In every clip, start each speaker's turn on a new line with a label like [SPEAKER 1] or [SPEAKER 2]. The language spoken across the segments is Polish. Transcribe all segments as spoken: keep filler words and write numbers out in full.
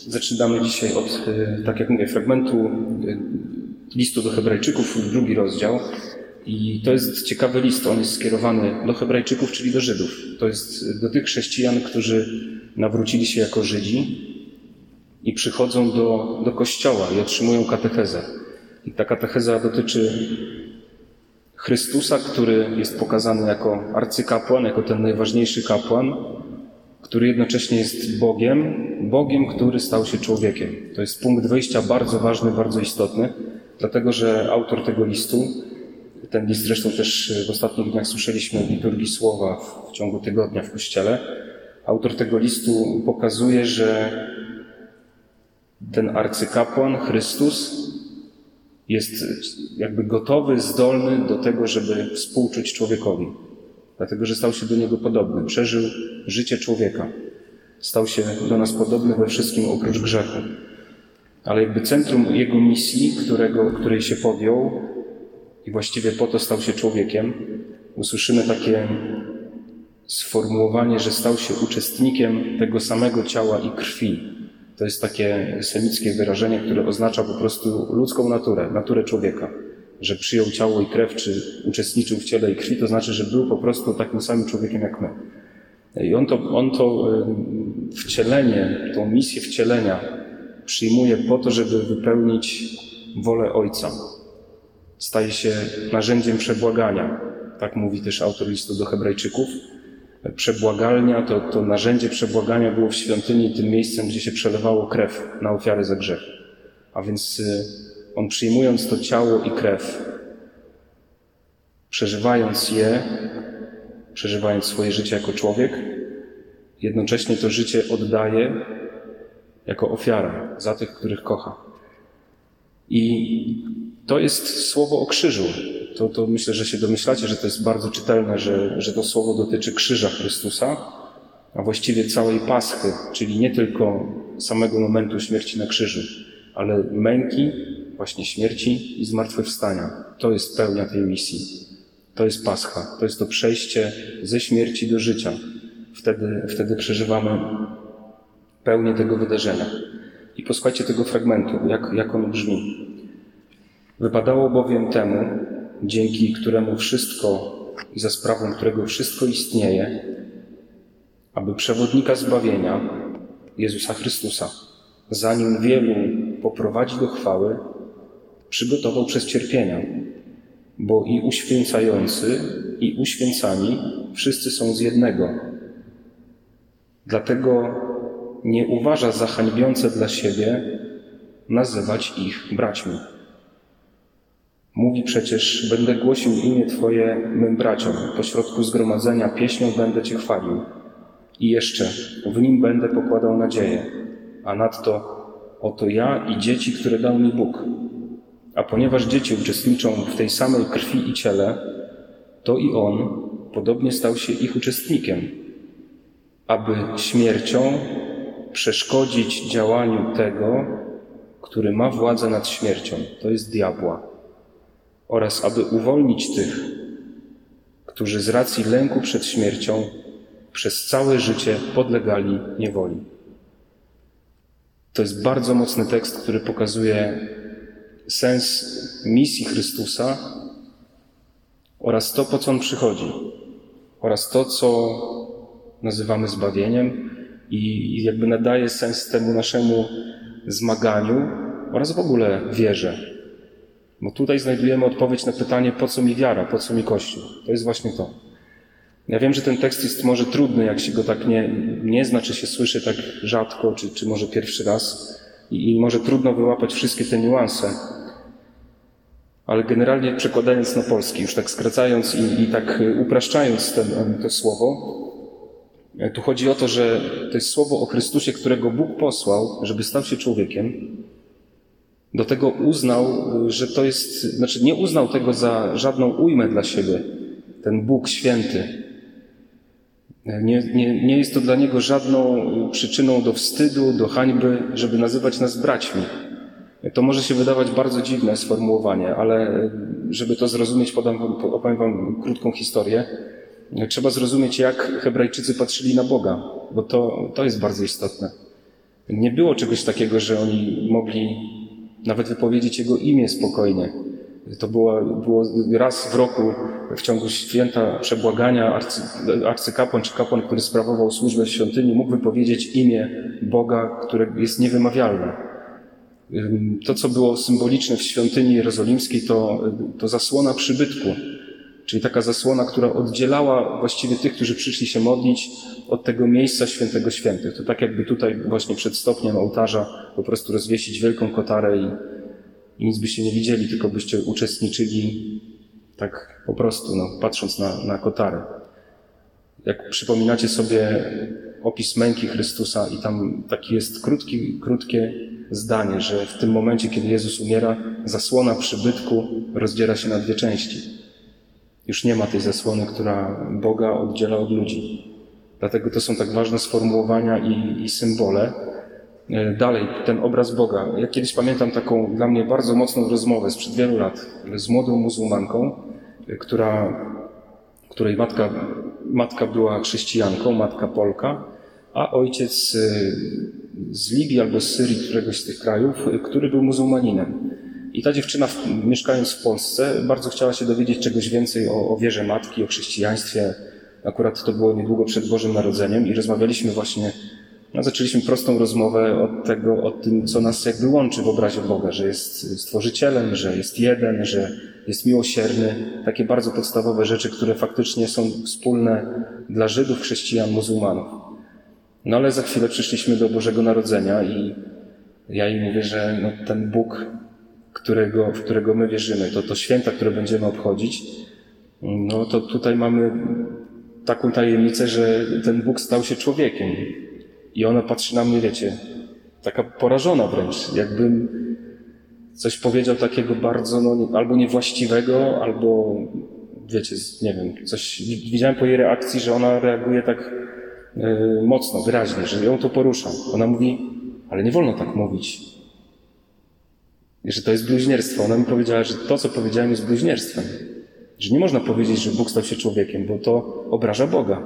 [SPEAKER 1] Zaczynamy dzisiaj od, tak jak mówię, fragmentu listu do Hebrajczyków, drugi rozdział. I to jest ciekawy list. On jest skierowany do Hebrajczyków, czyli do Żydów. To jest do tych chrześcijan, którzy nawrócili się jako Żydzi i przychodzą do, do kościoła i otrzymują katechezę. I ta katecheza dotyczy Chrystusa, który jest pokazany jako arcykapłan, jako ten najważniejszy kapłan, który jednocześnie jest Bogiem, Bogiem, który stał się człowiekiem. To jest punkt wyjścia bardzo ważny, bardzo istotny, dlatego że autor tego listu, ten list zresztą też w ostatnich dniach słyszeliśmy w liturgii słowa w, w ciągu tygodnia w kościele, autor tego listu pokazuje, że ten arcykapłan, Chrystus, jest jakby gotowy, zdolny do tego, żeby współczuć człowiekowi. Dlatego, że stał się do niego podobny. Przeżył życie człowieka. Stał się do nas podobny we wszystkim oprócz grzechu. Ale jakby centrum jego misji, którego, której się podjął i właściwie po to stał się człowiekiem, usłyszymy takie sformułowanie, że stał się uczestnikiem tego samego ciała i krwi. To jest takie semickie wyrażenie, które oznacza po prostu ludzką naturę, naturę człowieka. Że przyjął ciało i krew, czy uczestniczył w ciele i krwi, to znaczy, że był po prostu takim samym człowiekiem jak my. I on to, on to wcielenie, tą misję wcielenia przyjmuje po to, żeby wypełnić wolę Ojca. Staje się narzędziem przebłagania. Tak mówi też autor listu do Hebrajczyków. Przebłagalnia, to, to narzędzie przebłagania było w świątyni tym miejscem, gdzie się przelewało krew na ofiary za grzech. A więc on przyjmując to ciało i krew, przeżywając je, przeżywając swoje życie jako człowiek, jednocześnie to życie oddaje jako ofiarę za tych, których kocha. I to jest słowo o krzyżu. To, to myślę, że się domyślacie, że to jest bardzo czytelne, że, że to słowo dotyczy krzyża Chrystusa, a właściwie całej Paschy, czyli nie tylko samego momentu śmierci na krzyżu, ale męki, właśnie śmierci i zmartwychwstania. To jest pełnia tej misji. To jest Pascha. To jest to przejście ze śmierci do życia. Wtedy, wtedy przeżywamy pełnię tego wydarzenia. I posłuchajcie tego fragmentu, jak, jak on brzmi. Wypadało bowiem temu, dzięki któremu wszystko i za sprawą którego wszystko istnieje, aby przewodnika zbawienia, Jezusa Chrystusa, zanim wielu poprowadzi do chwały, przygotował przez cierpienia, bo i uświęcający, i uświęcani wszyscy są z jednego. Dlatego nie uważa za hańbiące dla siebie nazywać ich braćmi. Mówi przecież, będę głosił imię Twoje mym braciom, pośrodku zgromadzenia pieśnią będę Cię chwalił. I jeszcze, w nim będę pokładał nadzieję, a nadto oto ja i dzieci, które dał mi Bóg. A ponieważ dzieci uczestniczą w tej samej krwi i ciele, to i On podobnie stał się ich uczestnikiem, aby śmiercią przeszkodzić działaniu tego, który ma władzę nad śmiercią, to jest diabła, oraz aby uwolnić tych, którzy z racji lęku przed śmiercią przez całe życie podlegali niewoli. To jest bardzo mocny tekst, który pokazuje sens misji Chrystusa oraz to, po co On przychodzi, oraz to, co nazywamy zbawieniem i jakby nadaje sens temu naszemu zmaganiu oraz w ogóle wierze. Bo tutaj znajdujemy odpowiedź na pytanie, po co mi wiara, po co mi Kościół. To jest właśnie to. Ja wiem, że ten tekst jest może trudny, jak się go tak nie, nie zna, czy się słyszy tak rzadko, czy, czy może pierwszy raz. I, I może trudno wyłapać wszystkie te niuanse. Ale generalnie przekładając na polski, już tak skracając i, i tak upraszczając ten, to słowo, tu chodzi o to, że to jest słowo o Chrystusie, którego Bóg posłał, żeby stał się człowiekiem. Do tego uznał, że to jest, znaczy nie uznał tego za żadną ujmę dla siebie, ten Bóg święty. Nie, nie, nie jest to dla Niego żadną przyczyną do wstydu, do hańby, żeby nazywać nas braćmi. To może się wydawać bardzo dziwne sformułowanie, ale żeby to zrozumieć, podam wam, opowiem wam krótką historię. Trzeba zrozumieć, jak Hebrajczycy patrzyli na Boga, bo to, to jest bardzo istotne. Nie było czegoś takiego, że oni mogli nawet wypowiedzieć Jego imię spokojnie. To było, było raz w roku w ciągu święta przebłagania arcy, arcykapłan czy kapłan, który sprawował służbę w świątyni, mógł wypowiedzieć imię Boga, które jest niewymawialne. To, co było symboliczne w świątyni jerozolimskiej, to, to zasłona przybytku, czyli taka zasłona, która oddzielała właściwie tych, którzy przyszli się modlić od tego miejsca świętego świętych. To tak jakby tutaj właśnie przed stopniem ołtarza po prostu rozwiesić wielką kotarę i, i nic byście nie widzieli, tylko byście uczestniczyli tak po prostu, no, patrząc na, na kotarę. Jak przypominacie sobie opis męki Chrystusa i tam takie jest krótki, krótkie zdanie, że w tym momencie, kiedy Jezus umiera, zasłona przybytku rozdziela się na dwie części. Już nie ma tej zasłony, która Boga oddziela od ludzi. Dlatego to są tak ważne sformułowania i, i symbole. Dalej, ten obraz Boga. Ja kiedyś pamiętam taką dla mnie bardzo mocną rozmowę sprzed wielu lat z młodą muzułmanką, która, której matka, matka była chrześcijanką, matka Polka, a ojciec z Libii albo z Syrii, któregoś z tych krajów, który był muzułmaninem. I ta dziewczyna, mieszkając w Polsce, bardzo chciała się dowiedzieć czegoś więcej o, o wierze matki, o chrześcijaństwie. Akurat to było niedługo przed Bożym Narodzeniem i rozmawialiśmy właśnie, no, zaczęliśmy prostą rozmowę od tego, o tym, co nas jakby łączy w obrazie Boga, że jest Stworzycielem, że jest jeden, że jest miłosierny. Takie bardzo podstawowe rzeczy, które faktycznie są wspólne dla Żydów, chrześcijan, muzułmanów. No ale za chwilę przyszliśmy do Bożego Narodzenia i ja jej mówię, że no, ten Bóg, którego, w którego my wierzymy, to, to święta, które będziemy obchodzić, no to tutaj mamy taką tajemnicę, że ten Bóg stał się człowiekiem. I ona patrzy na mnie, wiecie, taka porażona wręcz, jakbym coś powiedział takiego bardzo, no, albo niewłaściwego, albo, wiecie, nie wiem, coś, widziałem po jej reakcji, że ona reaguje tak yy, mocno, wyraźnie, że ją to porusza. Ona mówi, ale nie wolno tak mówić. I że to jest bluźnierstwo. Ona mi powiedziała, że to, co powiedziałem, jest bluźnierstwem. Że nie można powiedzieć, że Bóg stał się człowiekiem, bo to obraża Boga.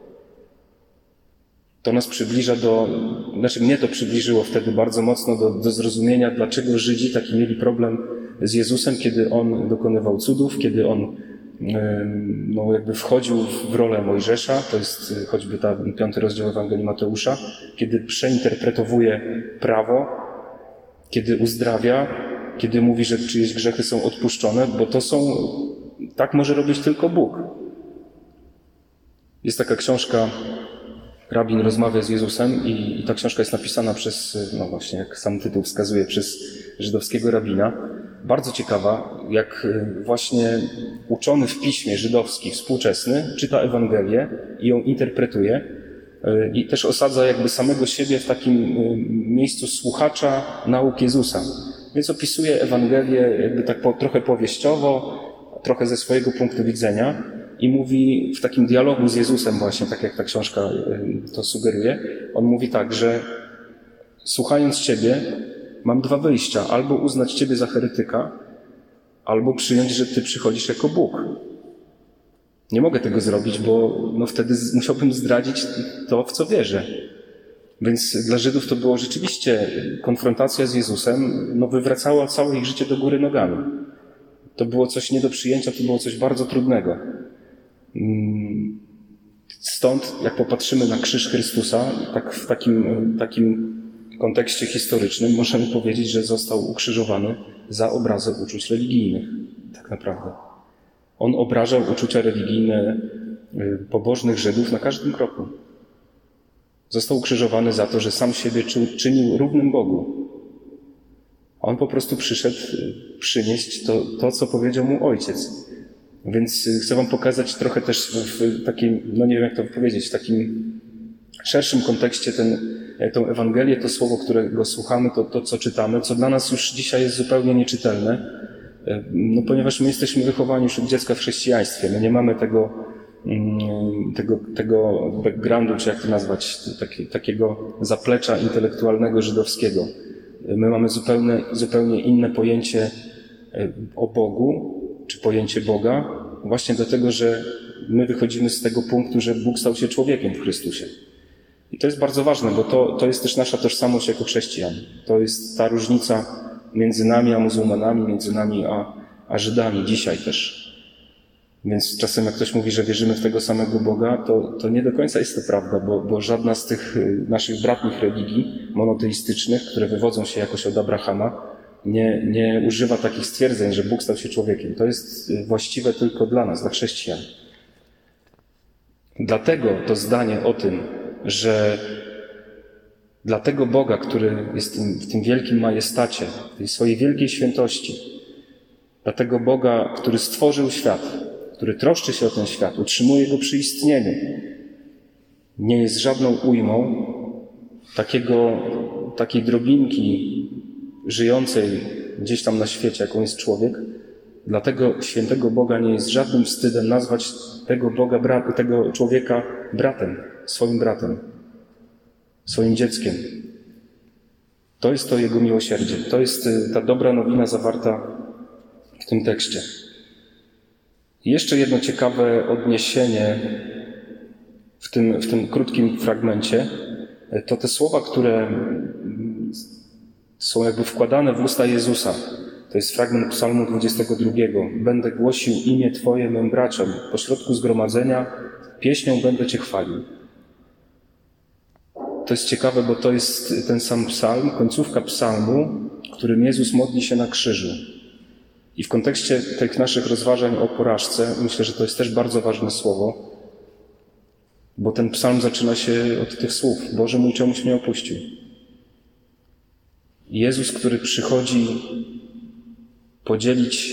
[SPEAKER 1] To nas przybliża do, znaczy mnie to przybliżyło wtedy bardzo mocno do, do zrozumienia, dlaczego Żydzi taki mieli problem z Jezusem, kiedy On dokonywał cudów, kiedy On no, jakby wchodził w rolę Mojżesza, to jest choćby ten piąty rozdział Ewangelii Mateusza, kiedy przeinterpretowuje prawo, kiedy uzdrawia, kiedy mówi, że czyjeś grzechy są odpuszczone, bo to są, tak może robić tylko Bóg. Jest taka książka, rabin rozmawia z Jezusem i, i ta książka jest napisana przez, no właśnie, jak sam tytuł wskazuje, przez żydowskiego rabina. Bardzo ciekawa, jak właśnie uczony w piśmie żydowski, współczesny, czyta Ewangelię i ją interpretuje i też osadza jakby samego siebie w takim miejscu słuchacza nauk Jezusa. Więc opisuje Ewangelię jakby tak po, trochę powieściowo, trochę ze swojego punktu widzenia i mówi w takim dialogu z Jezusem właśnie, tak jak ta książka to sugeruje, on mówi tak, że słuchając Ciebie mam dwa wyjścia, albo uznać Ciebie za heretyka, albo przyjąć, że Ty przychodzisz jako Bóg. Nie mogę tego zrobić, bo no wtedy musiałbym zdradzić to, w co wierzę. Więc dla Żydów to było rzeczywiście konfrontacja z Jezusem, no wywracała całe ich życie do góry nogami. To było coś nie do przyjęcia, to było coś bardzo trudnego. Stąd, jak popatrzymy na krzyż Chrystusa, tak w takim, takim kontekście historycznym, możemy powiedzieć, że został ukrzyżowany za obrazę uczuć religijnych. Tak naprawdę. On obrażał uczucia religijne pobożnych Żydów na każdym kroku. Został ukrzyżowany za to, że sam siebie czynił równym Bogu. On po prostu przyszedł przynieść to, to, co powiedział mu Ojciec. Więc chcę wam pokazać trochę też w takim, no nie wiem jak to powiedzieć, w takim szerszym kontekście ten, tą Ewangelię, to słowo, którego słuchamy, to, to co czytamy, co dla nas już dzisiaj jest zupełnie nieczytelne, no ponieważ my jesteśmy wychowani już od dziecka w chrześcijaństwie. My nie mamy tego, tego, tego backgroundu, czy jak to nazwać, taki, takiego zaplecza intelektualnego żydowskiego. My mamy zupełnie, zupełnie inne pojęcie o Bogu, czy pojęcie Boga, właśnie dlatego, że my wychodzimy z tego punktu, że Bóg stał się człowiekiem w Chrystusie. I to jest bardzo ważne, bo to, to jest też nasza tożsamość jako chrześcijan. To jest ta różnica między nami a muzułmanami, między nami a, a Żydami dzisiaj też. Więc czasem jak ktoś mówi, że wierzymy w tego samego Boga, to, to nie do końca jest to prawda, bo, bo żadna z tych naszych bratnich religii monoteistycznych, które wywodzą się jakoś od Abrahama, nie, nie używa takich stwierdzeń, że Bóg stał się człowiekiem. To jest właściwe tylko dla nas, dla chrześcijan. Dlatego to zdanie o tym, że dla tego Boga, który jest w tym wielkim majestacie, w tej swojej wielkiej świętości, dla tego Boga, który stworzył świat, który troszczy się o ten świat, utrzymuje go przy istnieniu, nie jest żadną ujmą takiego, takiej drobinki żyjącej gdzieś tam na świecie, jaką jest człowiek. Dla tego świętego Boga nie jest żadnym wstydem nazwać tego Boga, brat, tego człowieka bratem, swoim bratem, swoim dzieckiem. To jest to Jego miłosierdzie. To jest ta dobra nowina zawarta w tym tekście. I jeszcze jedno ciekawe odniesienie w tym, w tym krótkim fragmencie, to te słowa, które są jakby wkładane w usta Jezusa. To jest fragment Psalmu dwudziestego drugiego. Będę głosił imię Twoje mym braciom. Pośrodku zgromadzenia pieśnią będę Cię chwalił. To jest ciekawe, bo to jest ten sam psalm, końcówka psalmu, którym Jezus modli się na krzyżu. I w kontekście tych naszych rozważań o porażce myślę, że to jest też bardzo ważne słowo, bo ten psalm zaczyna się od tych słów. Boże mój, czemuś mnie opuścił. Jezus, który przychodzi podzielić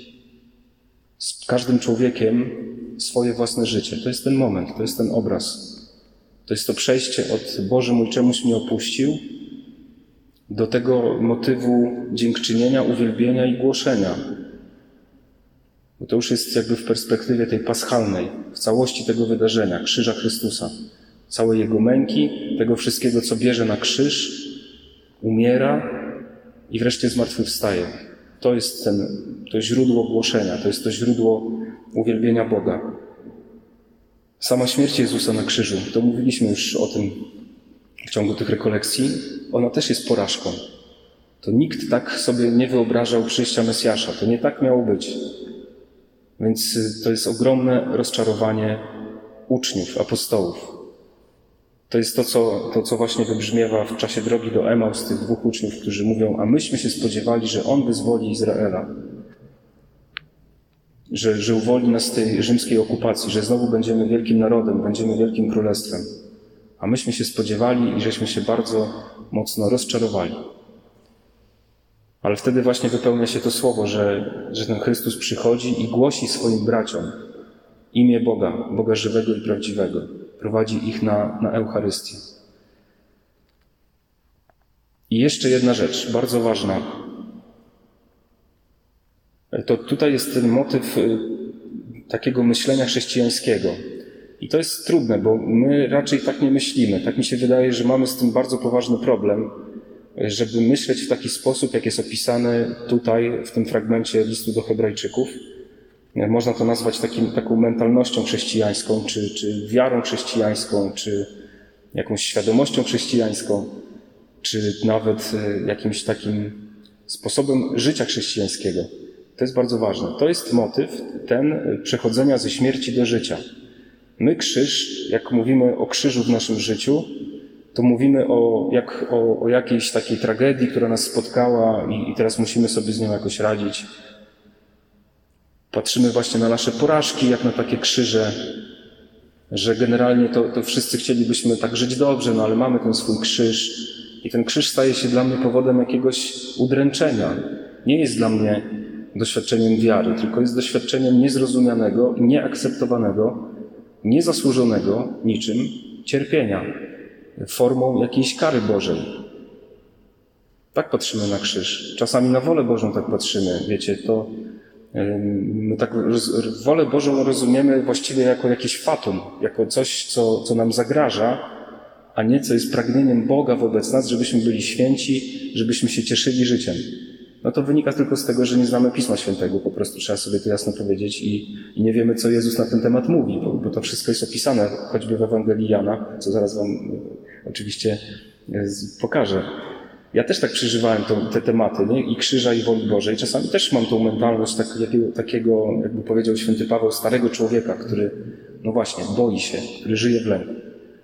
[SPEAKER 1] z każdym człowiekiem swoje własne życie. To jest ten moment, to jest ten obraz. To jest to przejście od Boże mój, czemuś mnie opuścił do tego motywu dziękczynienia, uwielbienia i głoszenia. Bo to już jest jakby w perspektywie tej paschalnej, w całości tego wydarzenia, krzyża Chrystusa. Całej Jego męki, tego wszystkiego, co bierze na krzyż, umiera i wreszcie zmartwychwstaje. To jest ten, to źródło głoszenia, to jest to źródło uwielbienia Boga. Sama śmierć Jezusa na krzyżu, to mówiliśmy już o tym w ciągu tych rekolekcji, ona też jest porażką. To nikt tak sobie nie wyobrażał przyjścia Mesjasza, to nie tak miało być. Więc to jest ogromne rozczarowanie uczniów, apostołów. To jest to, co, to, co właśnie wybrzmiewa w czasie drogi do Emaus tych dwóch uczniów, którzy mówią, a myśmy się spodziewali, że On wyzwoli Izraela. Że, że uwolni nas z tej rzymskiej okupacji, że znowu będziemy wielkim narodem, będziemy wielkim królestwem. A myśmy się spodziewali i żeśmy się bardzo mocno rozczarowali. Ale wtedy właśnie wypełnia się to słowo, że, że ten Chrystus przychodzi i głosi swoim braciom imię Boga, Boga żywego i prawdziwego. Prowadzi ich na, na Eucharystię. I jeszcze jedna rzecz, bardzo ważna. To tutaj jest ten motyw takiego myślenia chrześcijańskiego. I to jest trudne, bo my raczej tak nie myślimy. Tak mi się wydaje, że mamy z tym bardzo poważny problem, żeby myśleć w taki sposób, jak jest opisane tutaj w tym fragmencie listu do Hebrajczyków. Można to nazwać takim, taką mentalnością chrześcijańską, czy, czy wiarą chrześcijańską, czy jakąś świadomością chrześcijańską, czy nawet jakimś takim sposobem życia chrześcijańskiego. To jest bardzo ważne. To jest motyw ten przechodzenia ze śmierci do życia. My krzyż, jak mówimy o krzyżu w naszym życiu, to mówimy o, jak, o, o jakiejś takiej tragedii, która nas spotkała i, i teraz musimy sobie z nią jakoś radzić. Patrzymy właśnie na nasze porażki, jak na takie krzyże, że generalnie to, to wszyscy chcielibyśmy tak żyć dobrze, no ale mamy ten swój krzyż i ten krzyż staje się dla mnie powodem jakiegoś udręczenia. Nie jest dla mnie doświadczeniem wiary, tylko jest doświadczeniem niezrozumianego i nieakceptowanego, niezasłużonego niczym cierpienia, formą jakiejś kary Bożej. Tak patrzymy na krzyż. Czasami na wolę Bożą tak patrzymy. Wiecie, to my tak wolę Bożą rozumiemy właściwie jako jakiś fatum, jako coś, co, co nam zagraża, a nie co jest pragnieniem Boga wobec nas, żebyśmy byli święci, żebyśmy się cieszyli życiem. no to wynika tylko z tego, że nie znamy Pisma Świętego, po prostu trzeba sobie to jasno powiedzieć i, i nie wiemy, co Jezus na ten temat mówi, bo, bo to wszystko jest opisane choćby w Ewangelii Jana, co zaraz wam oczywiście pokażę. Ja też tak przeżywałem to, te tematy, nie? I krzyża, i woli Bożej. Czasami też mam tą mentalność tak, jakiego, takiego, jakby powiedział święty Paweł, starego człowieka, który, no właśnie, boi się, który żyje w lęku.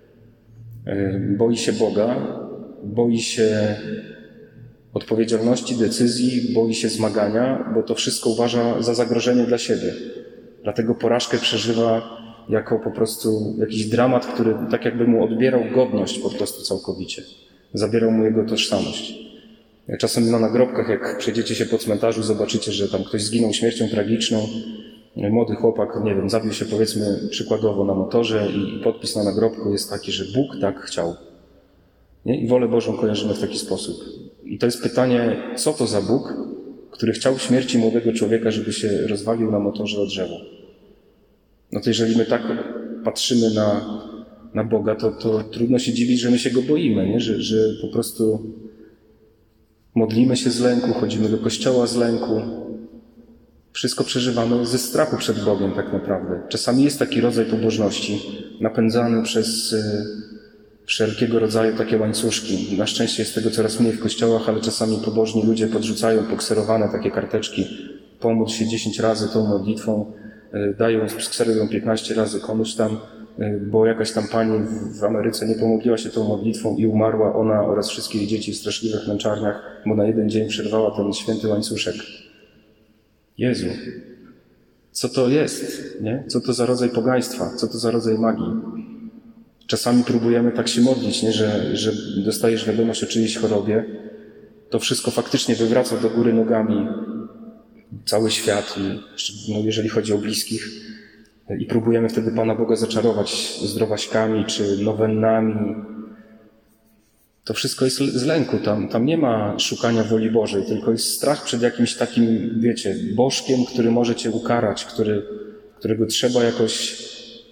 [SPEAKER 1] Boi się Boga, boi się odpowiedzialności, decyzji, boi się zmagania, bo to wszystko uważa za zagrożenie dla siebie. Dlatego porażkę przeżywa jako po prostu jakiś dramat, który tak jakby mu odbierał godność po prostu całkowicie. Zabierał mu jego tożsamość. Czasem na nagrobkach, jak przejdziecie się po cmentarzu, zobaczycie, że tam ktoś zginął śmiercią tragiczną. Młody chłopak, nie wiem, zabił się powiedzmy przykładowo na motorze i podpis na nagrobku jest taki, że Bóg tak chciał. Nie? I wolę Bożą kojarzymy w taki sposób. I to jest pytanie, co to za Bóg, który chciał śmierci młodego człowieka, żeby się rozwalił na motorze o drzewo. No to jeżeli my tak patrzymy na, na Boga, to, to trudno się dziwić, że my się Go boimy, nie? Że, że po prostu modlimy się z lęku, chodzimy do kościoła z lęku. Wszystko przeżywamy ze strachu przed Bogiem tak naprawdę. Czasami jest taki rodzaj pobożności napędzany przez y, wszelkiego rodzaju takie łańcuszki. Na szczęście jest tego coraz mniej w kościołach, ale czasami pobożni ludzie podrzucają pokserowane takie karteczki. Pomódl się dziesięć razy tą modlitwą, y, dają skserują piętnaście razy komuś tam, y, bo jakaś tam pani w Ameryce nie pomodliła się tą modlitwą i umarła ona oraz wszystkie jej dzieci w straszliwych męczarniach, bo na jeden dzień przerwała ten święty łańcuszek. Jezu, co to jest, nie? Co to za rodzaj pogaństwa, co to za rodzaj magii? Czasami próbujemy tak się modlić, nie? Że, że dostajesz wiadomość o czyjejś chorobie, to wszystko faktycznie wywraca do góry nogami cały świat, i, no jeżeli chodzi o bliskich, i próbujemy wtedy Pana Boga zaczarować zdrowaśkami czy nowennami. To wszystko jest z lęku, tam, tam nie ma szukania woli Bożej, tylko jest strach przed jakimś takim, wiecie, bożkiem, który może cię ukarać, który, którego trzeba jakoś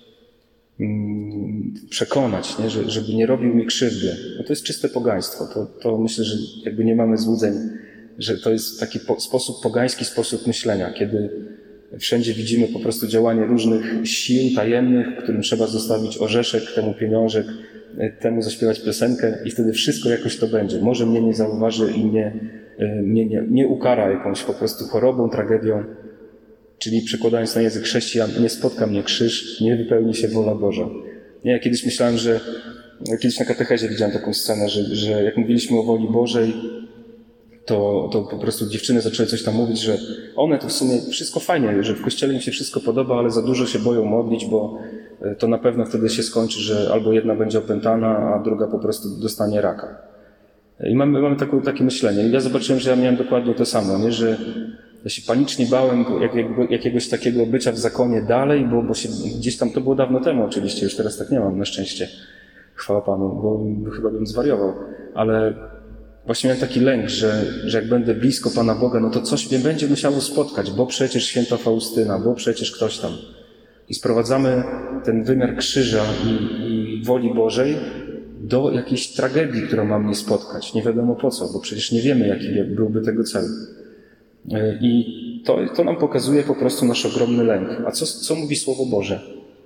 [SPEAKER 1] mm, przekonać, nie? Że, żeby nie robił mi krzywdy. No to jest czyste pogaństwo. To, to myślę, że jakby nie mamy złudzeń, że to jest taki po, sposób, pogański sposób myślenia, kiedy wszędzie widzimy po prostu działanie różnych sił tajemnych, którym trzeba zostawić orzeszek, temu pieniążek, temu zaśpiewać piosenkę i wtedy wszystko jakoś to będzie. Może mnie nie zauważy i mnie, mnie nie, nie ukara jakąś po prostu chorobą, tragedią, czyli przekładając na język chrześcijan, nie spotka mnie krzyż, nie wypełni się wola Boża. Nie, ja kiedyś myślałem, że, kiedyś na katechezie widziałem taką scenę, że, że jak mówiliśmy o woli Bożej, to, to po prostu dziewczyny zaczęły coś tam mówić, że one to w sumie wszystko fajnie, że w kościele im się wszystko podoba, ale za dużo się boją modlić, bo to na pewno wtedy się skończy, że albo jedna będzie opętana, a druga po prostu dostanie raka. I mamy, mamy takie, takie myślenie. I ja zobaczyłem, że ja miałem dokładnie to samo, nie? Że ja się panicznie bałem jak, jak, jakiegoś takiego bycia w zakonie dalej, bo, bo się gdzieś tam, to było dawno temu oczywiście, już teraz tak nie mam, na szczęście. Chwała Panu, bo chyba bym zwariował. Ale właśnie miałem taki lęk, że, że jak będę blisko Pana Boga, no to coś mnie będzie musiało spotkać, bo przecież święta Faustyna, bo przecież ktoś tam. I sprowadzamy ten wymiar krzyża i, i woli Bożej do jakiejś tragedii, która ma mnie spotkać. Nie wiadomo po co, bo przecież nie wiemy, jaki byłby tego cel. I to, to nam pokazuje po prostu nasz ogromny lęk. A co, co mówi Słowo Boże?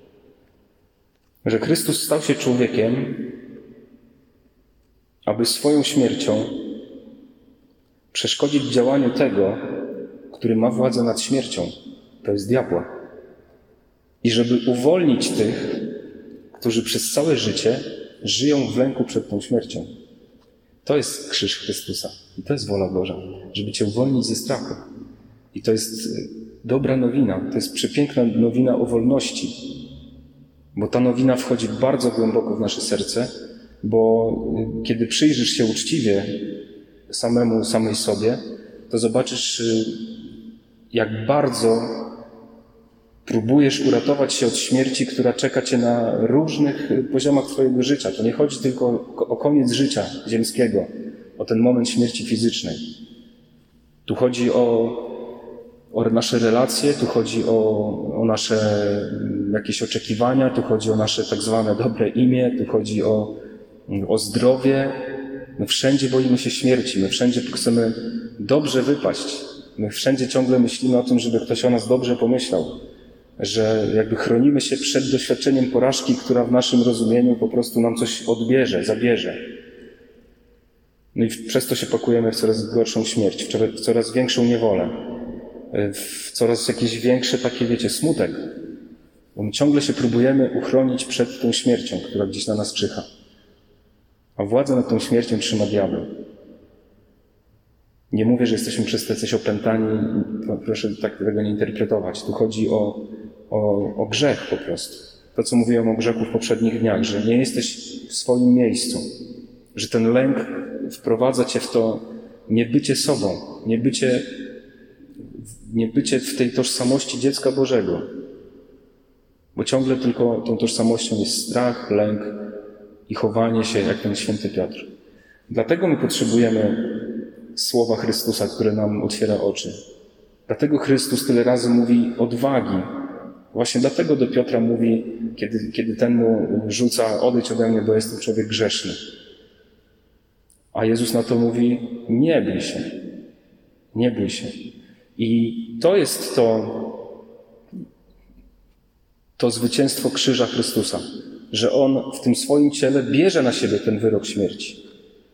[SPEAKER 1] Że Chrystus stał się człowiekiem, aby swoją śmiercią przeszkodzić działaniu tego, który ma władzę nad śmiercią. To jest diabła. I żeby uwolnić tych, którzy przez całe życie żyją w lęku przed tą śmiercią. To jest krzyż Chrystusa. I to jest wola Boża. Żeby cię uwolnić ze strachu. I to jest dobra nowina. To jest przepiękna nowina o wolności. Bo ta nowina wchodzi bardzo głęboko w nasze serce, bo kiedy przyjrzysz się uczciwie samemu, samej sobie, to zobaczysz, jak bardzo próbujesz uratować się od śmierci, która czeka cię na różnych poziomach twojego życia. To nie chodzi tylko o koniec życia ziemskiego, o ten moment śmierci fizycznej. Tu chodzi o, o nasze relacje, tu chodzi o, o nasze jakieś oczekiwania, tu chodzi o nasze tak zwane dobre imię, tu chodzi o, o zdrowie. My wszędzie boimy się śmierci, my wszędzie chcemy dobrze wypaść. My wszędzie ciągle myślimy o tym, żeby ktoś o nas dobrze pomyślał, że jakby chronimy się przed doświadczeniem porażki, która w naszym rozumieniu po prostu nam coś odbierze, zabierze. No i przez to się pakujemy w coraz gorszą śmierć, w coraz większą niewolę, w coraz jakieś większe takie, wiecie, smutek. Bo my ciągle się próbujemy uchronić przed tą śmiercią, która gdzieś na nas czyha. A władzę nad tą śmiercią trzyma diabeł. Nie mówię, że jesteśmy przez to coś opętani, proszę tak tego nie interpretować. Tu chodzi o, o, o grzech po prostu. To, co mówiłem o grzechu w poprzednich dniach, że nie jesteś w swoim miejscu, że ten lęk wprowadza cię w to niebycie sobą, niebycie, niebycie w tej tożsamości dziecka Bożego. Bo ciągle tylko tą tożsamością jest strach, lęk i chowanie się, jak ten święty Piotr. Dlatego my potrzebujemy słowa Chrystusa, które nam otwiera oczy. Dlatego Chrystus tyle razy mówi odwagi. Właśnie dlatego do Piotra mówi, kiedy, kiedy ten mu rzuca, odejdź ode mnie, bo jestem człowiek grzeszny. A Jezus na to mówi, nie bój się. Nie bój się. I to jest to, to zwycięstwo krzyża Chrystusa, że On w tym swoim ciele bierze na siebie ten wyrok śmierci.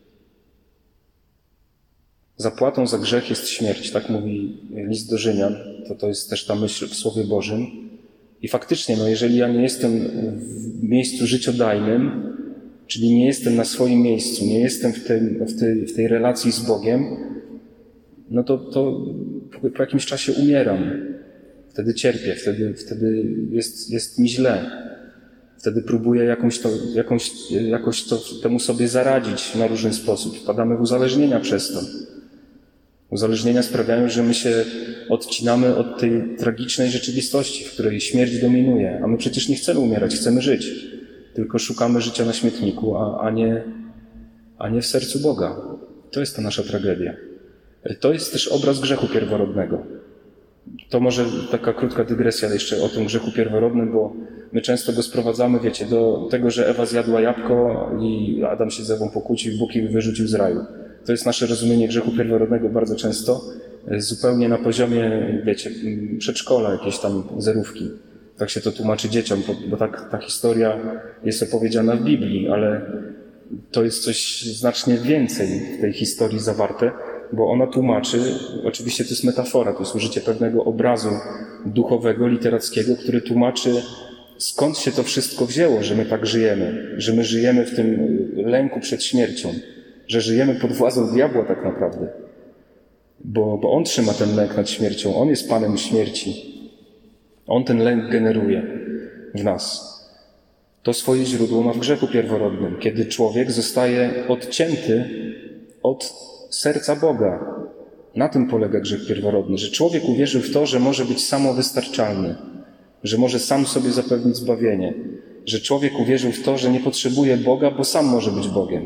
[SPEAKER 1] Zapłatą za grzech jest śmierć, tak mówi list do Rzymian, to to jest też ta myśl w Słowie Bożym. I faktycznie, no jeżeli ja nie jestem w miejscu życiodajnym, czyli nie jestem na swoim miejscu, nie jestem w, tym, w, tej, w tej relacji z Bogiem, no to, to po, po jakimś czasie umieram. Wtedy cierpię, wtedy, wtedy jest, jest mi źle. Wtedy próbuję jakąś to, jakąś, jakoś to temu sobie zaradzić na różny sposób. Wpadamy w uzależnienia przez to. Uzależnienia sprawiają, że my się odcinamy od tej tragicznej rzeczywistości, w której śmierć dominuje. A my przecież nie chcemy umierać, chcemy żyć. Tylko szukamy życia na śmietniku, a, a, nie, a nie w sercu Boga. To jest ta nasza tragedia. To jest też obraz grzechu pierworodnego. To może taka krótka dygresja jeszcze o tym grzechu pierworodnym, bo my często go sprowadzamy, wiecie, do tego, że Ewa zjadła jabłko i Adam się z Ewą pokłócił, Bóg ich wyrzucił z raju. To jest nasze rozumienie grzechu pierworodnego bardzo często, zupełnie na poziomie, wiecie, przedszkola, jakieś tam zerówki. Tak się to tłumaczy dzieciom, bo, bo tak ta historia jest opowiedziana w Biblii, ale to jest coś znacznie więcej w tej historii zawarte, bo ona tłumaczy, oczywiście to jest metafora, to jest użycie pewnego obrazu duchowego, literackiego, który tłumaczy, skąd się to wszystko wzięło, że my tak żyjemy, że my żyjemy w tym lęku przed śmiercią, że żyjemy pod władzą diabła tak naprawdę, bo, bo on trzyma ten lęk nad śmiercią, on jest panem śmierci, on ten lęk generuje w nas. To swoje źródło ma w grzechu pierworodnym, kiedy człowiek zostaje odcięty od serca Boga. Na tym polega grzech pierworodny, że człowiek uwierzył w to, że może być samowystarczalny, że może sam sobie zapewnić zbawienie, że człowiek uwierzył w to, że nie potrzebuje Boga, bo sam może być Bogiem.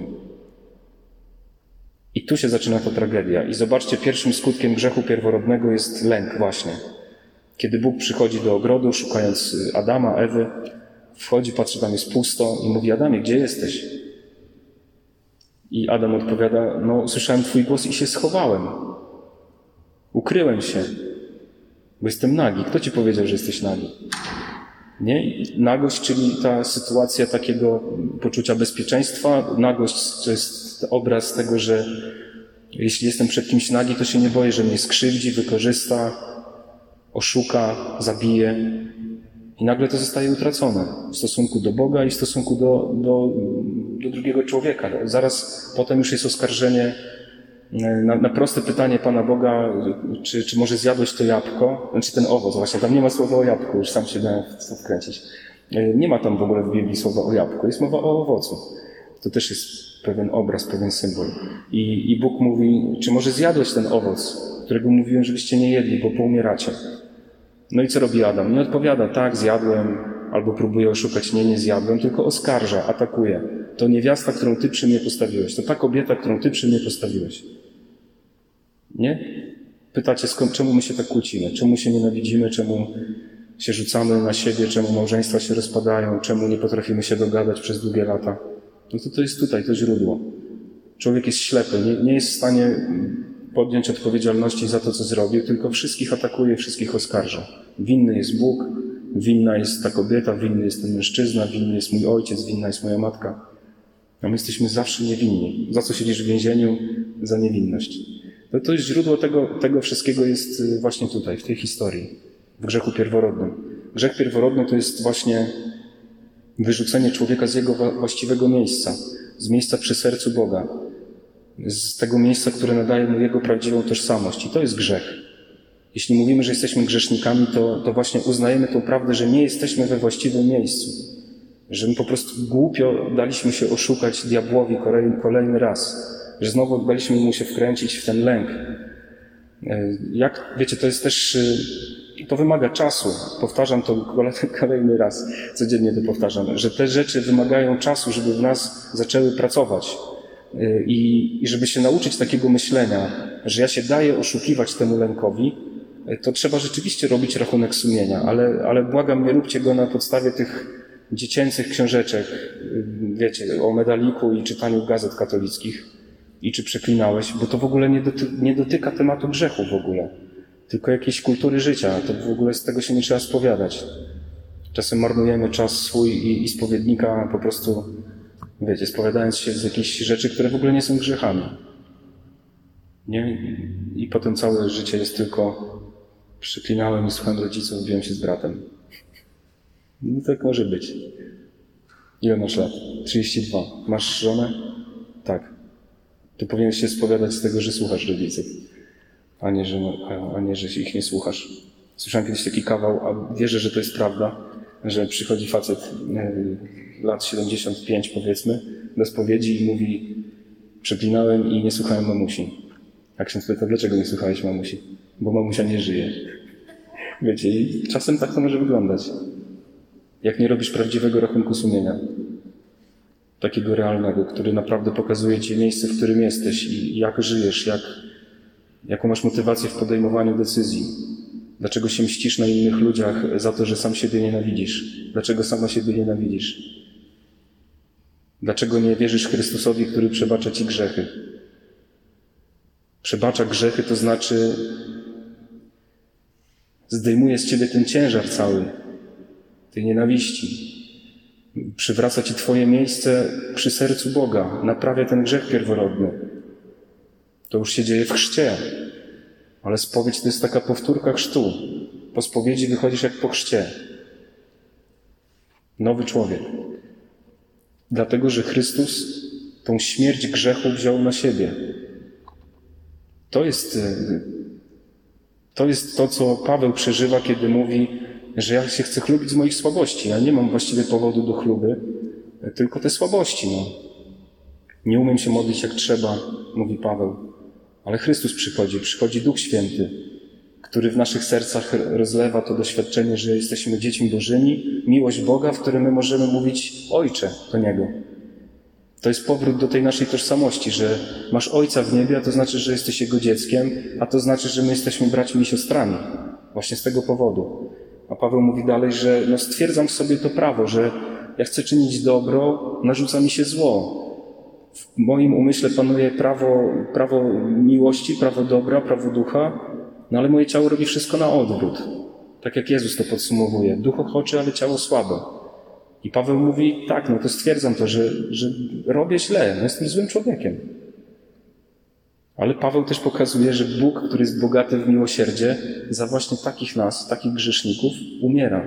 [SPEAKER 1] I tu się zaczyna ta tragedia. I zobaczcie, pierwszym skutkiem grzechu pierworodnego jest lęk właśnie. Kiedy Bóg przychodzi do ogrodu, szukając Adama, Ewy, wchodzi, patrzy, tam jest pusto i mówi, Adamie, gdzie jesteś? I Adam odpowiada, no usłyszałem Twój głos i się schowałem. Ukryłem się, bo jestem nagi. Kto Ci powiedział, że jesteś nagi? Nie? I nagość, czyli ta sytuacja takiego poczucia bezpieczeństwa. Nagość to jest obraz tego, że jeśli jestem przed kimś nagi, to się nie boję, że mnie skrzywdzi, wykorzysta, oszuka, zabije. I nagle to zostaje utracone w stosunku do Boga i w stosunku do, do, do drugiego człowieka. Zaraz potem już jest oskarżenie na, na proste pytanie Pana Boga, czy, czy może zjadłeś to jabłko, znaczy ten owoc właśnie, tam nie ma słowa o jabłku, już sam się dałem w co wkręcić. Nie ma tam w ogóle w Biblii słowa o jabłku, jest mowa o owocu. To też jest pewien obraz, pewien symbol. I, i Bóg mówi, czy może zjadłeś ten owoc, którego mówiłem, żebyście nie jedli, bo poumieracie. No i co robi Adam? Nie odpowiada, tak, zjadłem, albo próbuje oszukać, nie, nie zjadłem, tylko oskarża, atakuje. To niewiasta, którą Ty przy mnie postawiłeś. To ta kobieta, którą Ty przy mnie postawiłeś. Nie? Pytacie, skąd, czemu my się tak kłócimy? Czemu się nienawidzimy? Czemu się rzucamy na siebie? Czemu małżeństwa się rozpadają? Czemu nie potrafimy się dogadać przez długie lata? No to to jest tutaj, to źródło. Człowiek jest ślepy, nie, nie jest w stanie podjąć odpowiedzialności za to, co zrobił, tylko wszystkich atakuje, wszystkich oskarża. Winny jest Bóg, winna jest ta kobieta, winny jest ten mężczyzna, winny jest mój ojciec, winna jest moja matka. A my jesteśmy zawsze niewinni. Za co siedzisz w więzieniu? Za niewinność. To, to jest źródło tego, tego wszystkiego jest właśnie tutaj, w tej historii, w grzechu pierworodnym. Grzech pierworodny to jest właśnie wyrzucenie człowieka z jego właściwego miejsca, z miejsca przy sercu Boga, z tego miejsca, które nadaje mu jego prawdziwą tożsamość. I to jest grzech. Jeśli mówimy, że jesteśmy grzesznikami, to, to właśnie uznajemy tą prawdę, że nie jesteśmy we właściwym miejscu. Że my po prostu głupio daliśmy się oszukać diabłowi kolejny raz. Że znowu daliśmy mu się wkręcić w ten lęk. Jak, wiecie, to jest też, to wymaga czasu. Powtarzam to kolejny raz, codziennie to powtarzam, że te rzeczy wymagają czasu, żeby w nas zaczęły pracować. I, i żeby się nauczyć takiego myślenia, że ja się daję oszukiwać temu lękowi, to trzeba rzeczywiście robić rachunek sumienia, ale, ale błagam, nie róbcie go na podstawie tych dziecięcych książeczek, wiecie, o medaliku i czytaniu gazet katolickich i czy przeklinałeś, bo to w ogóle nie, doty, nie dotyka tematu grzechu w ogóle, tylko jakiejś kultury życia, to w ogóle z tego się nie trzeba spowiadać. Czasem marnujemy czas swój i, i spowiednika po prostu, wiecie, spowiadając się z jakichś rzeczy, które w ogóle nie są grzechami. Nie? I potem całe życie jest tylko przeklinałem i słuchałem rodziców, biłem się z bratem. No tak może być. Ile masz lat? trzydzieści dwa. Masz żonę? Tak. To powinieneś się spowiadać z tego, że słuchasz rodziców, a nie, że, a nie, że ich nie słuchasz. Słyszałem kiedyś taki kawał, a wierzę, że to jest prawda, że przychodzi facet yy, lat siedemdziesiąt pięć powiedzmy do spowiedzi i mówi: przeklinałem i nie słuchałem mamusi. A ksiądz pyta: dlaczego nie słuchałeś mamusi? Bo mamusia nie żyje. Wiecie, i czasem tak to może wyglądać. Jak nie robisz prawdziwego rachunku sumienia, takiego realnego, który naprawdę pokazuje ci miejsce, w którym jesteś i jak żyjesz, jak, jaką masz motywację w podejmowaniu decyzji. Dlaczego się mścisz na innych ludziach za to, że sam siebie nienawidzisz? Dlaczego sama siebie nienawidzisz? Dlaczego nie wierzysz Chrystusowi, który przebacza ci grzechy? Przebacza grzechy, to znaczy zdejmuje z ciebie ten ciężar cały, tej nienawiści. Przywraca ci twoje miejsce przy sercu Boga. Naprawia ten grzech pierworodny. To już się dzieje w chrzcie. Ale spowiedź to jest taka powtórka chrztu. Po spowiedzi wychodzisz jak po chrzcie. Nowy człowiek. Dlatego, że Chrystus tą śmierć grzechu wziął na siebie. To jest, to jest to, co Paweł przeżywa, kiedy mówi, że ja się chcę chlubić z moich słabości. Ja nie mam właściwie powodu do chluby, tylko te słabości. No. Nie umiem się modlić jak trzeba, mówi Paweł. Ale Chrystus przychodzi, przychodzi Duch Święty, który w naszych sercach rozlewa to doświadczenie, że jesteśmy dziećmi Bożymi, miłość Boga, w której my możemy mówić Ojcze do Niego. To jest powrót do tej naszej tożsamości, że masz Ojca w niebie, a to znaczy, że jesteś Jego dzieckiem, a to znaczy, że my jesteśmy braćmi i siostrami. Właśnie z tego powodu. A Paweł mówi dalej, że no stwierdzam w sobie to prawo, że ja chcę czynić dobro, narzuca mi się zło. W moim umyśle panuje prawo, prawo miłości, prawo dobra, prawo ducha, no ale moje ciało robi wszystko na odwrót. Tak jak Jezus to podsumowuje. Duch ochoczy, ale ciało słabe. I Paweł mówi, tak, no to stwierdzam to, że, że robię źle, no jestem złym człowiekiem. Ale Paweł też pokazuje, że Bóg, który jest bogaty w miłosierdzie, za właśnie takich nas, takich grzeszników, umiera.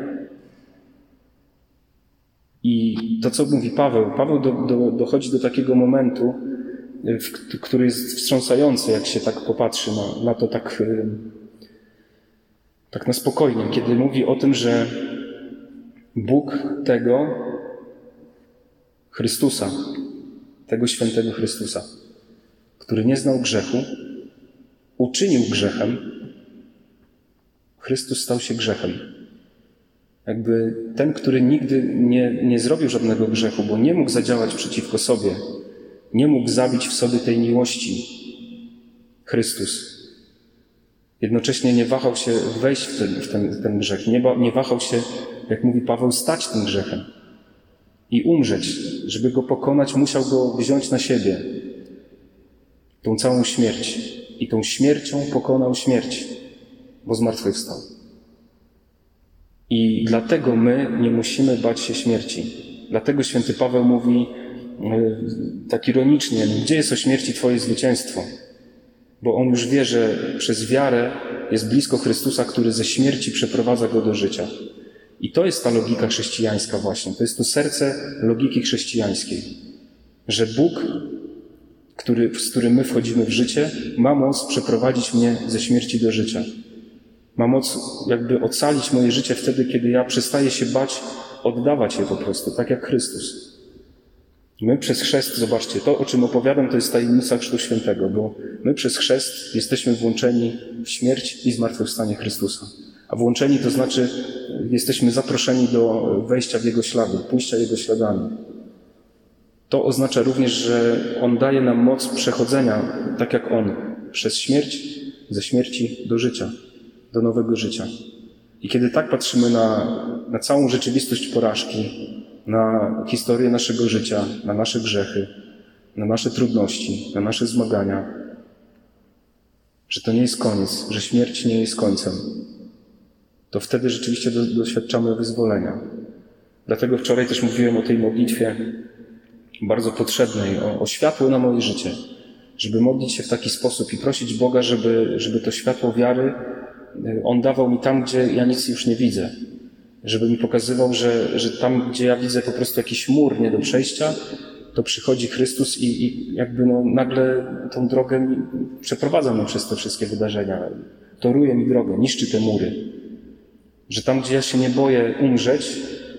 [SPEAKER 1] I to, co mówi Paweł, Paweł do, do, dochodzi do takiego momentu, w, który jest wstrząsający, jak się tak popatrzy na, na to tak, tak na spokojnie, kiedy mówi o tym, że Bóg tego Chrystusa, tego świętego Chrystusa, który nie znał grzechu, uczynił grzechem. Chrystus stał się grzechem. Jakby ten, który nigdy nie, nie zrobił żadnego grzechu, bo nie mógł zadziałać przeciwko sobie, nie mógł zabić w sobie tej miłości, Chrystus. Jednocześnie nie wahał się wejść w ten, w ten, w ten grzech, nie, nie wahał się, jak mówi Paweł, stać tym grzechem i umrzeć. Żeby go pokonać, musiał go wziąć na siebie. Tą całą śmierć. i tą śmiercią pokonał śmierć, bo zmartwychwstał. I dlatego my nie musimy bać się śmierci. Dlatego święty Paweł mówi tak ironicznie, gdzie jest o śmierci Twoje zwycięstwo? Bo on już wie, że przez wiarę jest blisko Chrystusa, który ze śmierci przeprowadza go do życia. I to jest ta logika chrześcijańska właśnie. To jest to serce logiki chrześcijańskiej. Że Bóg, który, z którym my wchodzimy w życie, ma moc przeprowadzić mnie ze śmierci do życia. Ma moc jakby ocalić moje życie wtedy, kiedy ja przestaję się bać oddawać je po prostu, tak jak Chrystus. My przez chrzest, zobaczcie, to o czym opowiadam, to jest tajemnica Chrztu Świętego, bo my przez chrzest jesteśmy włączeni w śmierć i zmartwychwstanie Chrystusa. A włączeni to znaczy jesteśmy zaproszeni do wejścia w Jego ślady, pójścia Jego śladami. To oznacza również, że On daje nam moc przechodzenia, tak jak On, przez śmierć, ze śmierci do życia, do nowego życia. I kiedy tak patrzymy na, na całą rzeczywistość porażki, na historię naszego życia, na nasze grzechy, na nasze trudności, na nasze zmagania, że to nie jest koniec, że śmierć nie jest końcem, to wtedy rzeczywiście do, doświadczamy wyzwolenia. Dlatego wczoraj też mówiłem o tej modlitwie bardzo potrzebnej, o, o światło na moje życie, żeby modlić się w taki sposób i prosić Boga, żeby, żeby to światło wiary On dawał mi tam, gdzie ja nic już nie widzę. Żeby mi pokazywał, że, że tam, gdzie ja widzę po prostu jakiś mur nie do przejścia, to przychodzi Chrystus i, i jakby no nagle tą drogę mi, przeprowadza mnie przez te wszystkie wydarzenia. Toruje mi drogę, niszczy te mury. Że tam, gdzie ja się nie boję umrzeć,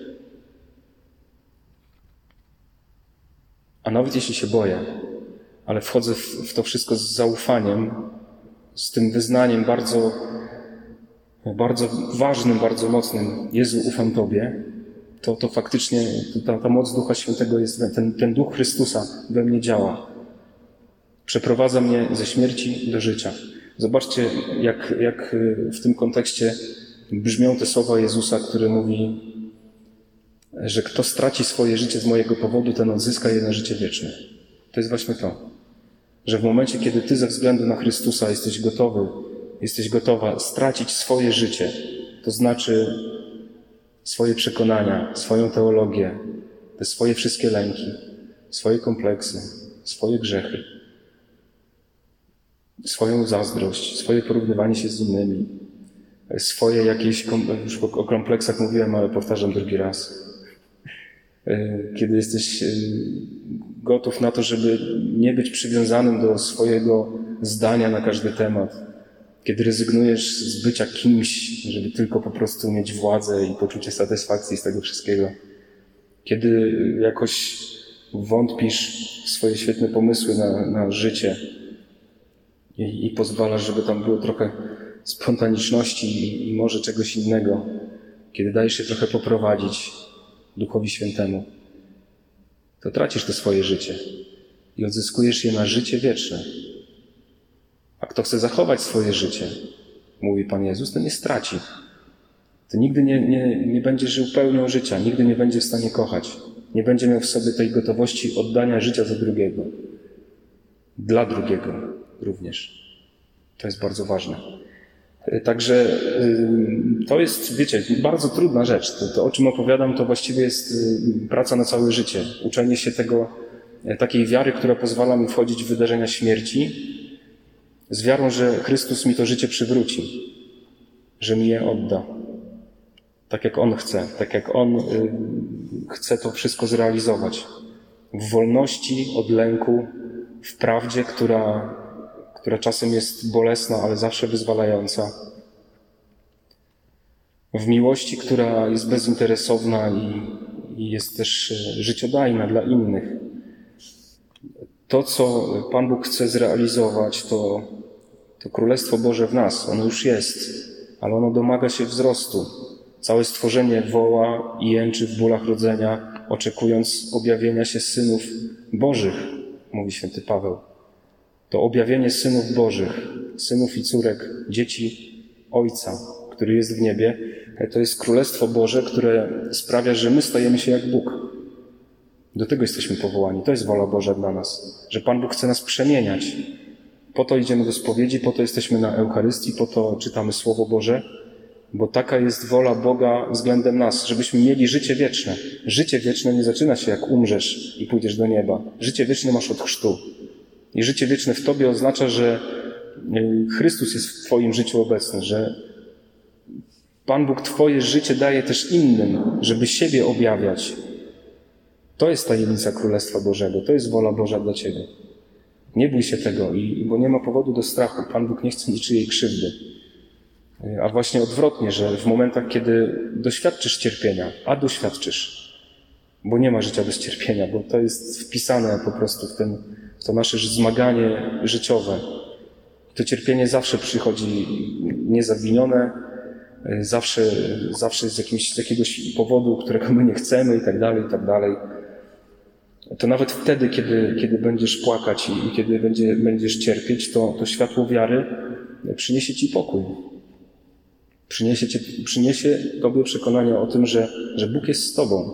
[SPEAKER 1] a nawet jeśli się boję, ale wchodzę w, w to wszystko z zaufaniem, z tym wyznaniem bardzo, bardzo ważnym, bardzo mocnym: Jezu, ufam Tobie, to, to faktycznie ta, ta moc Ducha Świętego jest, ten, ten Duch Chrystusa we mnie działa. Przeprowadza mnie ze śmierci do życia. Zobaczcie, jak, jak w tym kontekście brzmią te słowa Jezusa, który mówi, że kto straci swoje życie z mojego powodu, ten odzyska je na życie wieczne. To jest właśnie to, że w momencie, kiedy ty ze względu na Chrystusa jesteś gotowy, jesteś gotowa stracić swoje życie, to znaczy swoje przekonania, swoją teologię, te swoje wszystkie lęki, swoje kompleksy, swoje grzechy, swoją zazdrość, swoje porównywanie się z innymi, swoje jakieś, już o kompleksach mówiłem, ale powtarzam drugi raz. Kiedy jesteś gotów na to, żeby nie być przywiązanym do swojego zdania na każdy temat, kiedy rezygnujesz z bycia kimś, żeby tylko po prostu mieć władzę i poczucie satysfakcji z tego wszystkiego, kiedy jakoś wątpisz w swoje świetne pomysły na, na życie i, i pozwalasz, żeby tam było trochę spontaniczności i, i może czegoś innego, kiedy dajesz się trochę poprowadzić Duchowi Świętemu, to tracisz to swoje życie i odzyskujesz je na życie wieczne. A kto chce zachować swoje życie, mówi Pan Jezus, to nie straci. To nigdy nie, nie, nie będzie żył pełnią życia, nigdy nie będzie w stanie kochać. Nie będzie miał w sobie tej gotowości oddania życia za drugiego. Dla drugiego również. To jest bardzo ważne. Także to jest, wiecie, bardzo trudna rzecz. To, to, o czym opowiadam, to właściwie jest praca na całe życie. Uczenie się tego, takiej wiary, która pozwala mi wchodzić w wydarzenia śmierci, z wiarą, że Chrystus mi to życie przywróci, że mi je odda. Tak jak On chce, tak jak On chce to wszystko zrealizować. W wolności od lęku, w prawdzie, która która czasem jest bolesna, ale zawsze wyzwalająca. W miłości, która jest bezinteresowna i, i jest też życiodajna dla innych. To, co Pan Bóg chce zrealizować, to, to Królestwo Boże w nas. Ono już jest, ale ono domaga się wzrostu. Całe stworzenie woła i jęczy w bólach rodzenia, oczekując objawienia się synów Bożych, mówi święty Paweł. To objawienie synów Bożych, synów i córek, dzieci Ojca, który jest w niebie, to jest Królestwo Boże, które sprawia, że my stajemy się jak Bóg. Do tego jesteśmy powołani. To jest wola Boża dla nas, że Pan Bóg chce nas przemieniać. Po to idziemy do spowiedzi, po to jesteśmy na Eucharystii, po to czytamy Słowo Boże, bo taka jest wola Boga względem nas, żebyśmy mieli życie wieczne. Życie wieczne nie zaczyna się, jak umrzesz i pójdziesz do nieba. Życie wieczne masz od chrztu. I życie wieczne w tobie oznacza, że Chrystus jest w twoim życiu obecny, że Pan Bóg twoje życie daje też innym, żeby siebie objawiać. To jest tajemnica Królestwa Bożego, to jest wola Boża dla ciebie. Nie bój się tego, i, bo nie ma powodu do strachu. Pan Bóg nie chce niczyjej krzywdy. A właśnie odwrotnie, że w momentach, kiedy doświadczysz cierpienia, a doświadczysz, bo nie ma życia bez cierpienia, bo to jest wpisane po prostu w, ten, w to nasze zmaganie życiowe. To cierpienie zawsze przychodzi niezawinione, zawsze, zawsze z, jakimś, z jakiegoś powodu, którego my nie chcemy i tak dalej, i tak dalej. To nawet wtedy, kiedy, kiedy będziesz płakać i, i kiedy będzie, będziesz cierpieć, to, to światło wiary przyniesie ci pokój. Przyniesie, ci, przyniesie tobie przekonanie o tym, że, że Bóg jest z tobą.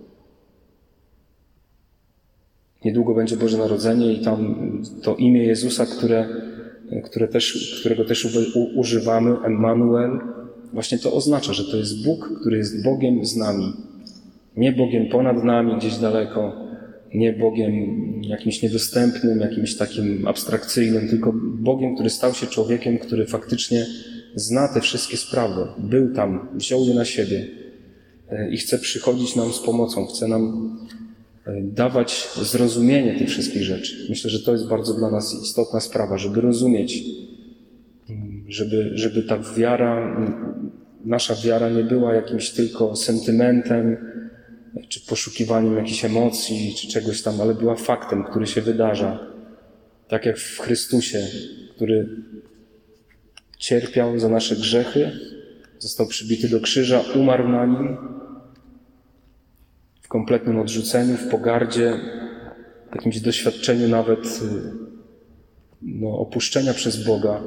[SPEAKER 1] Niedługo będzie Boże Narodzenie i tam to imię Jezusa, które, które też, którego też u, u, używamy, Emmanuel, właśnie to oznacza, że to jest Bóg, który jest Bogiem z nami. Nie Bogiem ponad nami, gdzieś daleko, nie Bogiem jakimś niedostępnym, jakimś takim abstrakcyjnym, tylko Bogiem, który stał się człowiekiem, który faktycznie zna te wszystkie sprawy. Był tam, wziął je na siebie i chce przychodzić nam z pomocą, chce nam dawać zrozumienie tych wszystkich rzeczy. Myślę, że to jest bardzo dla nas istotna sprawa, żeby rozumieć, żeby, żeby ta wiara, nasza wiara nie była jakimś tylko sentymentem, czy poszukiwaniem jakichś emocji, czy czegoś tam, ale była faktem, który się wydarza. Tak jak w Chrystusie, który cierpiał za nasze grzechy, został przybity do krzyża, umarł na nim w kompletnym odrzuceniu, w pogardzie, w jakimś doświadczeniu nawet no, opuszczenia przez Boga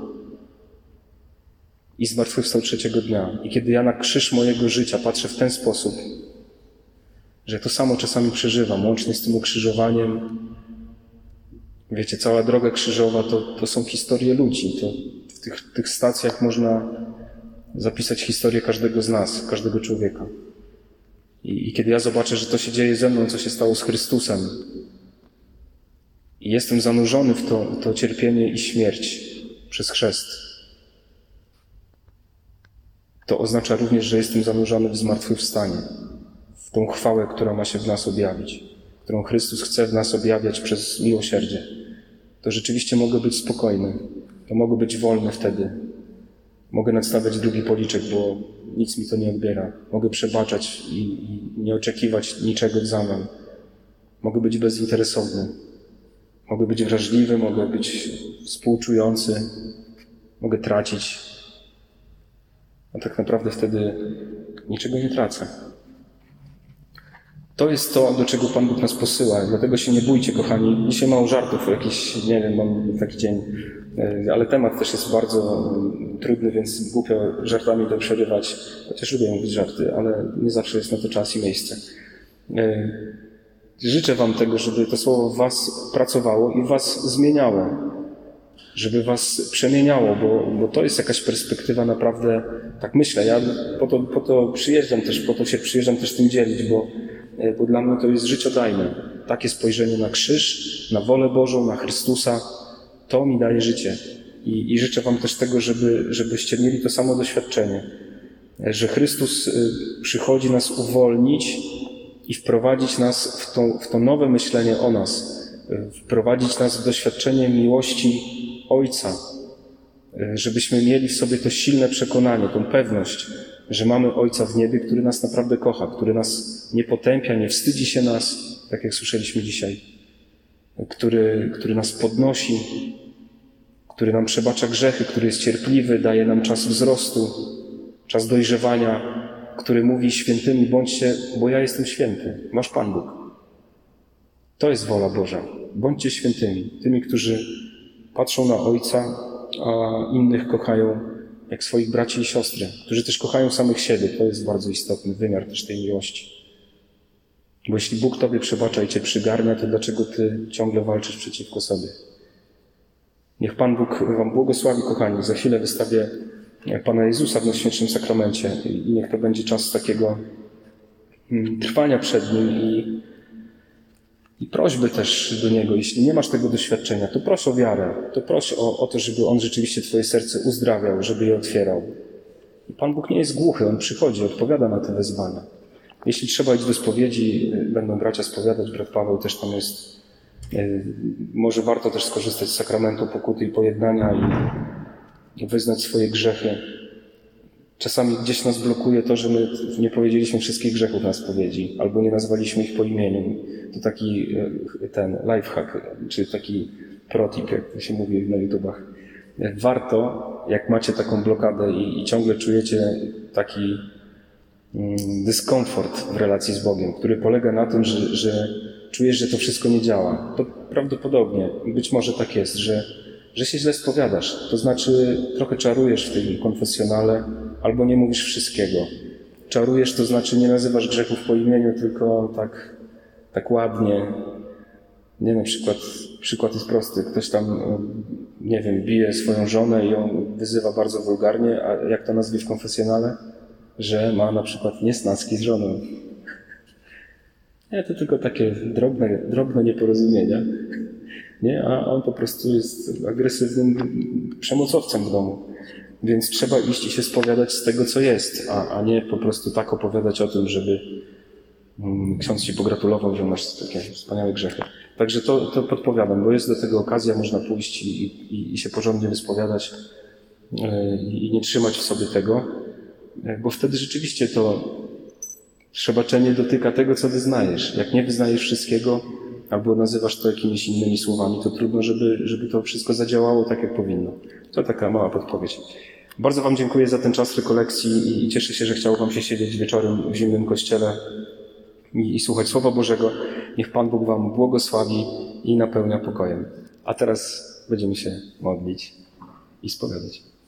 [SPEAKER 1] i zmartwychwstał trzeciego dnia. I kiedy ja na krzyż mojego życia patrzę w ten sposób, że to samo czasami przeżywam, łącznie z tym ukrzyżowaniem. Wiecie, cała droga krzyżowa to, to są historie ludzi. To w tych, tych stacjach można zapisać historię każdego z nas, każdego człowieka. I, I kiedy ja zobaczę, że to się dzieje ze mną, co się stało z Chrystusem, i jestem zanurzony w to, to cierpienie i śmierć przez chrzest, to oznacza również, że jestem zanurzony w zmartwychwstanie, w tą chwałę, która ma się w nas objawić, którą Chrystus chce w nas objawiać przez miłosierdzie. To rzeczywiście mogę być spokojny, to mogę być wolny wtedy. Mogę nadstawiać drugi policzek, bo nic mi to nie odbiera. Mogę przebaczać i, i nie oczekiwać niczego w zamian. Mogę być bezinteresowny. Mogę być wrażliwy, mogę być współczujący. Mogę tracić. A tak naprawdę wtedy niczego nie tracę. To jest to, do czego Pan Bóg nas posyła. Dlatego się nie bójcie, kochani. Dzisiaj mało żartów, jakiś, nie wiem, mam taki dzień. Ale temat też jest bardzo trudny, więc głupio żartami to przerywać. Chociaż lubię mówić żarty, ale nie zawsze jest na to czas i miejsce. Życzę wam tego, żeby to słowo w was pracowało i was zmieniało. Żeby was przemieniało, bo, bo to jest jakaś perspektywa naprawdę, tak myślę. Ja po to, po to przyjeżdżam też, po to się przyjeżdżam też tym dzielić, bo, bo dla mnie to jest życiodajne. Takie spojrzenie na krzyż, na wolę Bożą, na Chrystusa, to mi daje życie. I, i życzę wam też tego, żeby, żebyście mieli to samo doświadczenie, że Chrystus przychodzi nas uwolnić i wprowadzić nas w to, w to nowe myślenie o nas, wprowadzić nas w doświadczenie miłości Ojca, żebyśmy mieli w sobie to silne przekonanie, tą pewność, że mamy Ojca w niebie, który nas naprawdę kocha, który nas nie potępia, nie wstydzi się nas, tak jak słyszeliśmy dzisiaj, który, który nas podnosi, który nam przebacza grzechy, który jest cierpliwy, daje nam czas wzrostu, czas dojrzewania, który mówi świętymi, bądźcie, bo ja jestem święty, masz Pan Bóg. To jest wola Boża. Bądźcie świętymi, tymi, którzy patrzą na Ojca, a innych kochają jak swoich braci i siostry, którzy też kochają samych siebie. To jest bardzo istotny wymiar też tej miłości. Bo jeśli Bóg tobie przebacza i cię przygarnia, to dlaczego ty ciągle walczysz przeciwko sobie? Niech Pan Bóg wam błogosławi, kochani. Za chwilę wystawię Pana Jezusa w Najświętszym Sakramencie i niech to będzie czas takiego trwania przed Nim i, i prośby też do Niego. Jeśli nie masz tego doświadczenia, to proś o wiarę, to proś o, o to, żeby On rzeczywiście Twoje serce uzdrawiał, żeby je otwierał. I Pan Bóg nie jest głuchy, On przychodzi, odpowiada na te wezwania. Jeśli trzeba iść do spowiedzi, będą bracia spowiadać, brat Paweł też tam jest. Może warto też skorzystać z sakramentu pokuty i pojednania i wyznać swoje grzechy. Czasami gdzieś nas blokuje to, że my nie powiedzieliśmy wszystkich grzechów na spowiedzi, albo nie nazwaliśmy ich po imieniu. To taki ten lifehack, czy taki protip, jak to się mówi na YouTubach. Warto, jak macie taką blokadę i, i ciągle czujecie taki mm, dyskomfort w relacji z Bogiem, który polega na tym, że, że czujesz, że to wszystko nie działa. To prawdopodobnie, być może tak jest, że, że się źle spowiadasz. To znaczy trochę czarujesz w tym konfesjonale, albo nie mówisz wszystkiego. Czarujesz, to znaczy nie nazywasz grzechów po imieniu, tylko tak, tak ładnie. Nie, na przykład, przykład jest prosty. Ktoś tam, nie wiem, bije swoją żonę i ją wyzywa bardzo wulgarnie, a jak to nazwie w konfesjonale? Że ma na przykład niesnaski z żoną. Nie, to tylko takie drobne, drobne nieporozumienia. Nie? A on po prostu jest agresywnym przemocowcem w domu. Więc trzeba iść i się spowiadać z tego, co jest, a, a nie po prostu tak opowiadać o tym, żeby um, ksiądz ci pogratulował, że masz takie wspaniałe grzechy. Także to, to podpowiadam, bo jest do tego okazja, można pójść i, i, i się porządnie wyspowiadać yy, i nie trzymać w sobie tego, yy, bo wtedy rzeczywiście to przebaczenie dotyka tego, co wyznajesz. Jak nie wyznajesz wszystkiego, albo nazywasz to jakimiś innymi słowami, to trudno, żeby, żeby to wszystko zadziałało tak, jak powinno. To taka mała podpowiedź. Bardzo wam dziękuję za ten czas rekolekcji i cieszę się, że chciało wam się siedzieć wieczorem w zimnym kościele i, i słuchać Słowa Bożego. Niech Pan Bóg wam błogosławi i napełnia pokojem. A teraz będziemy się modlić i spowiadać.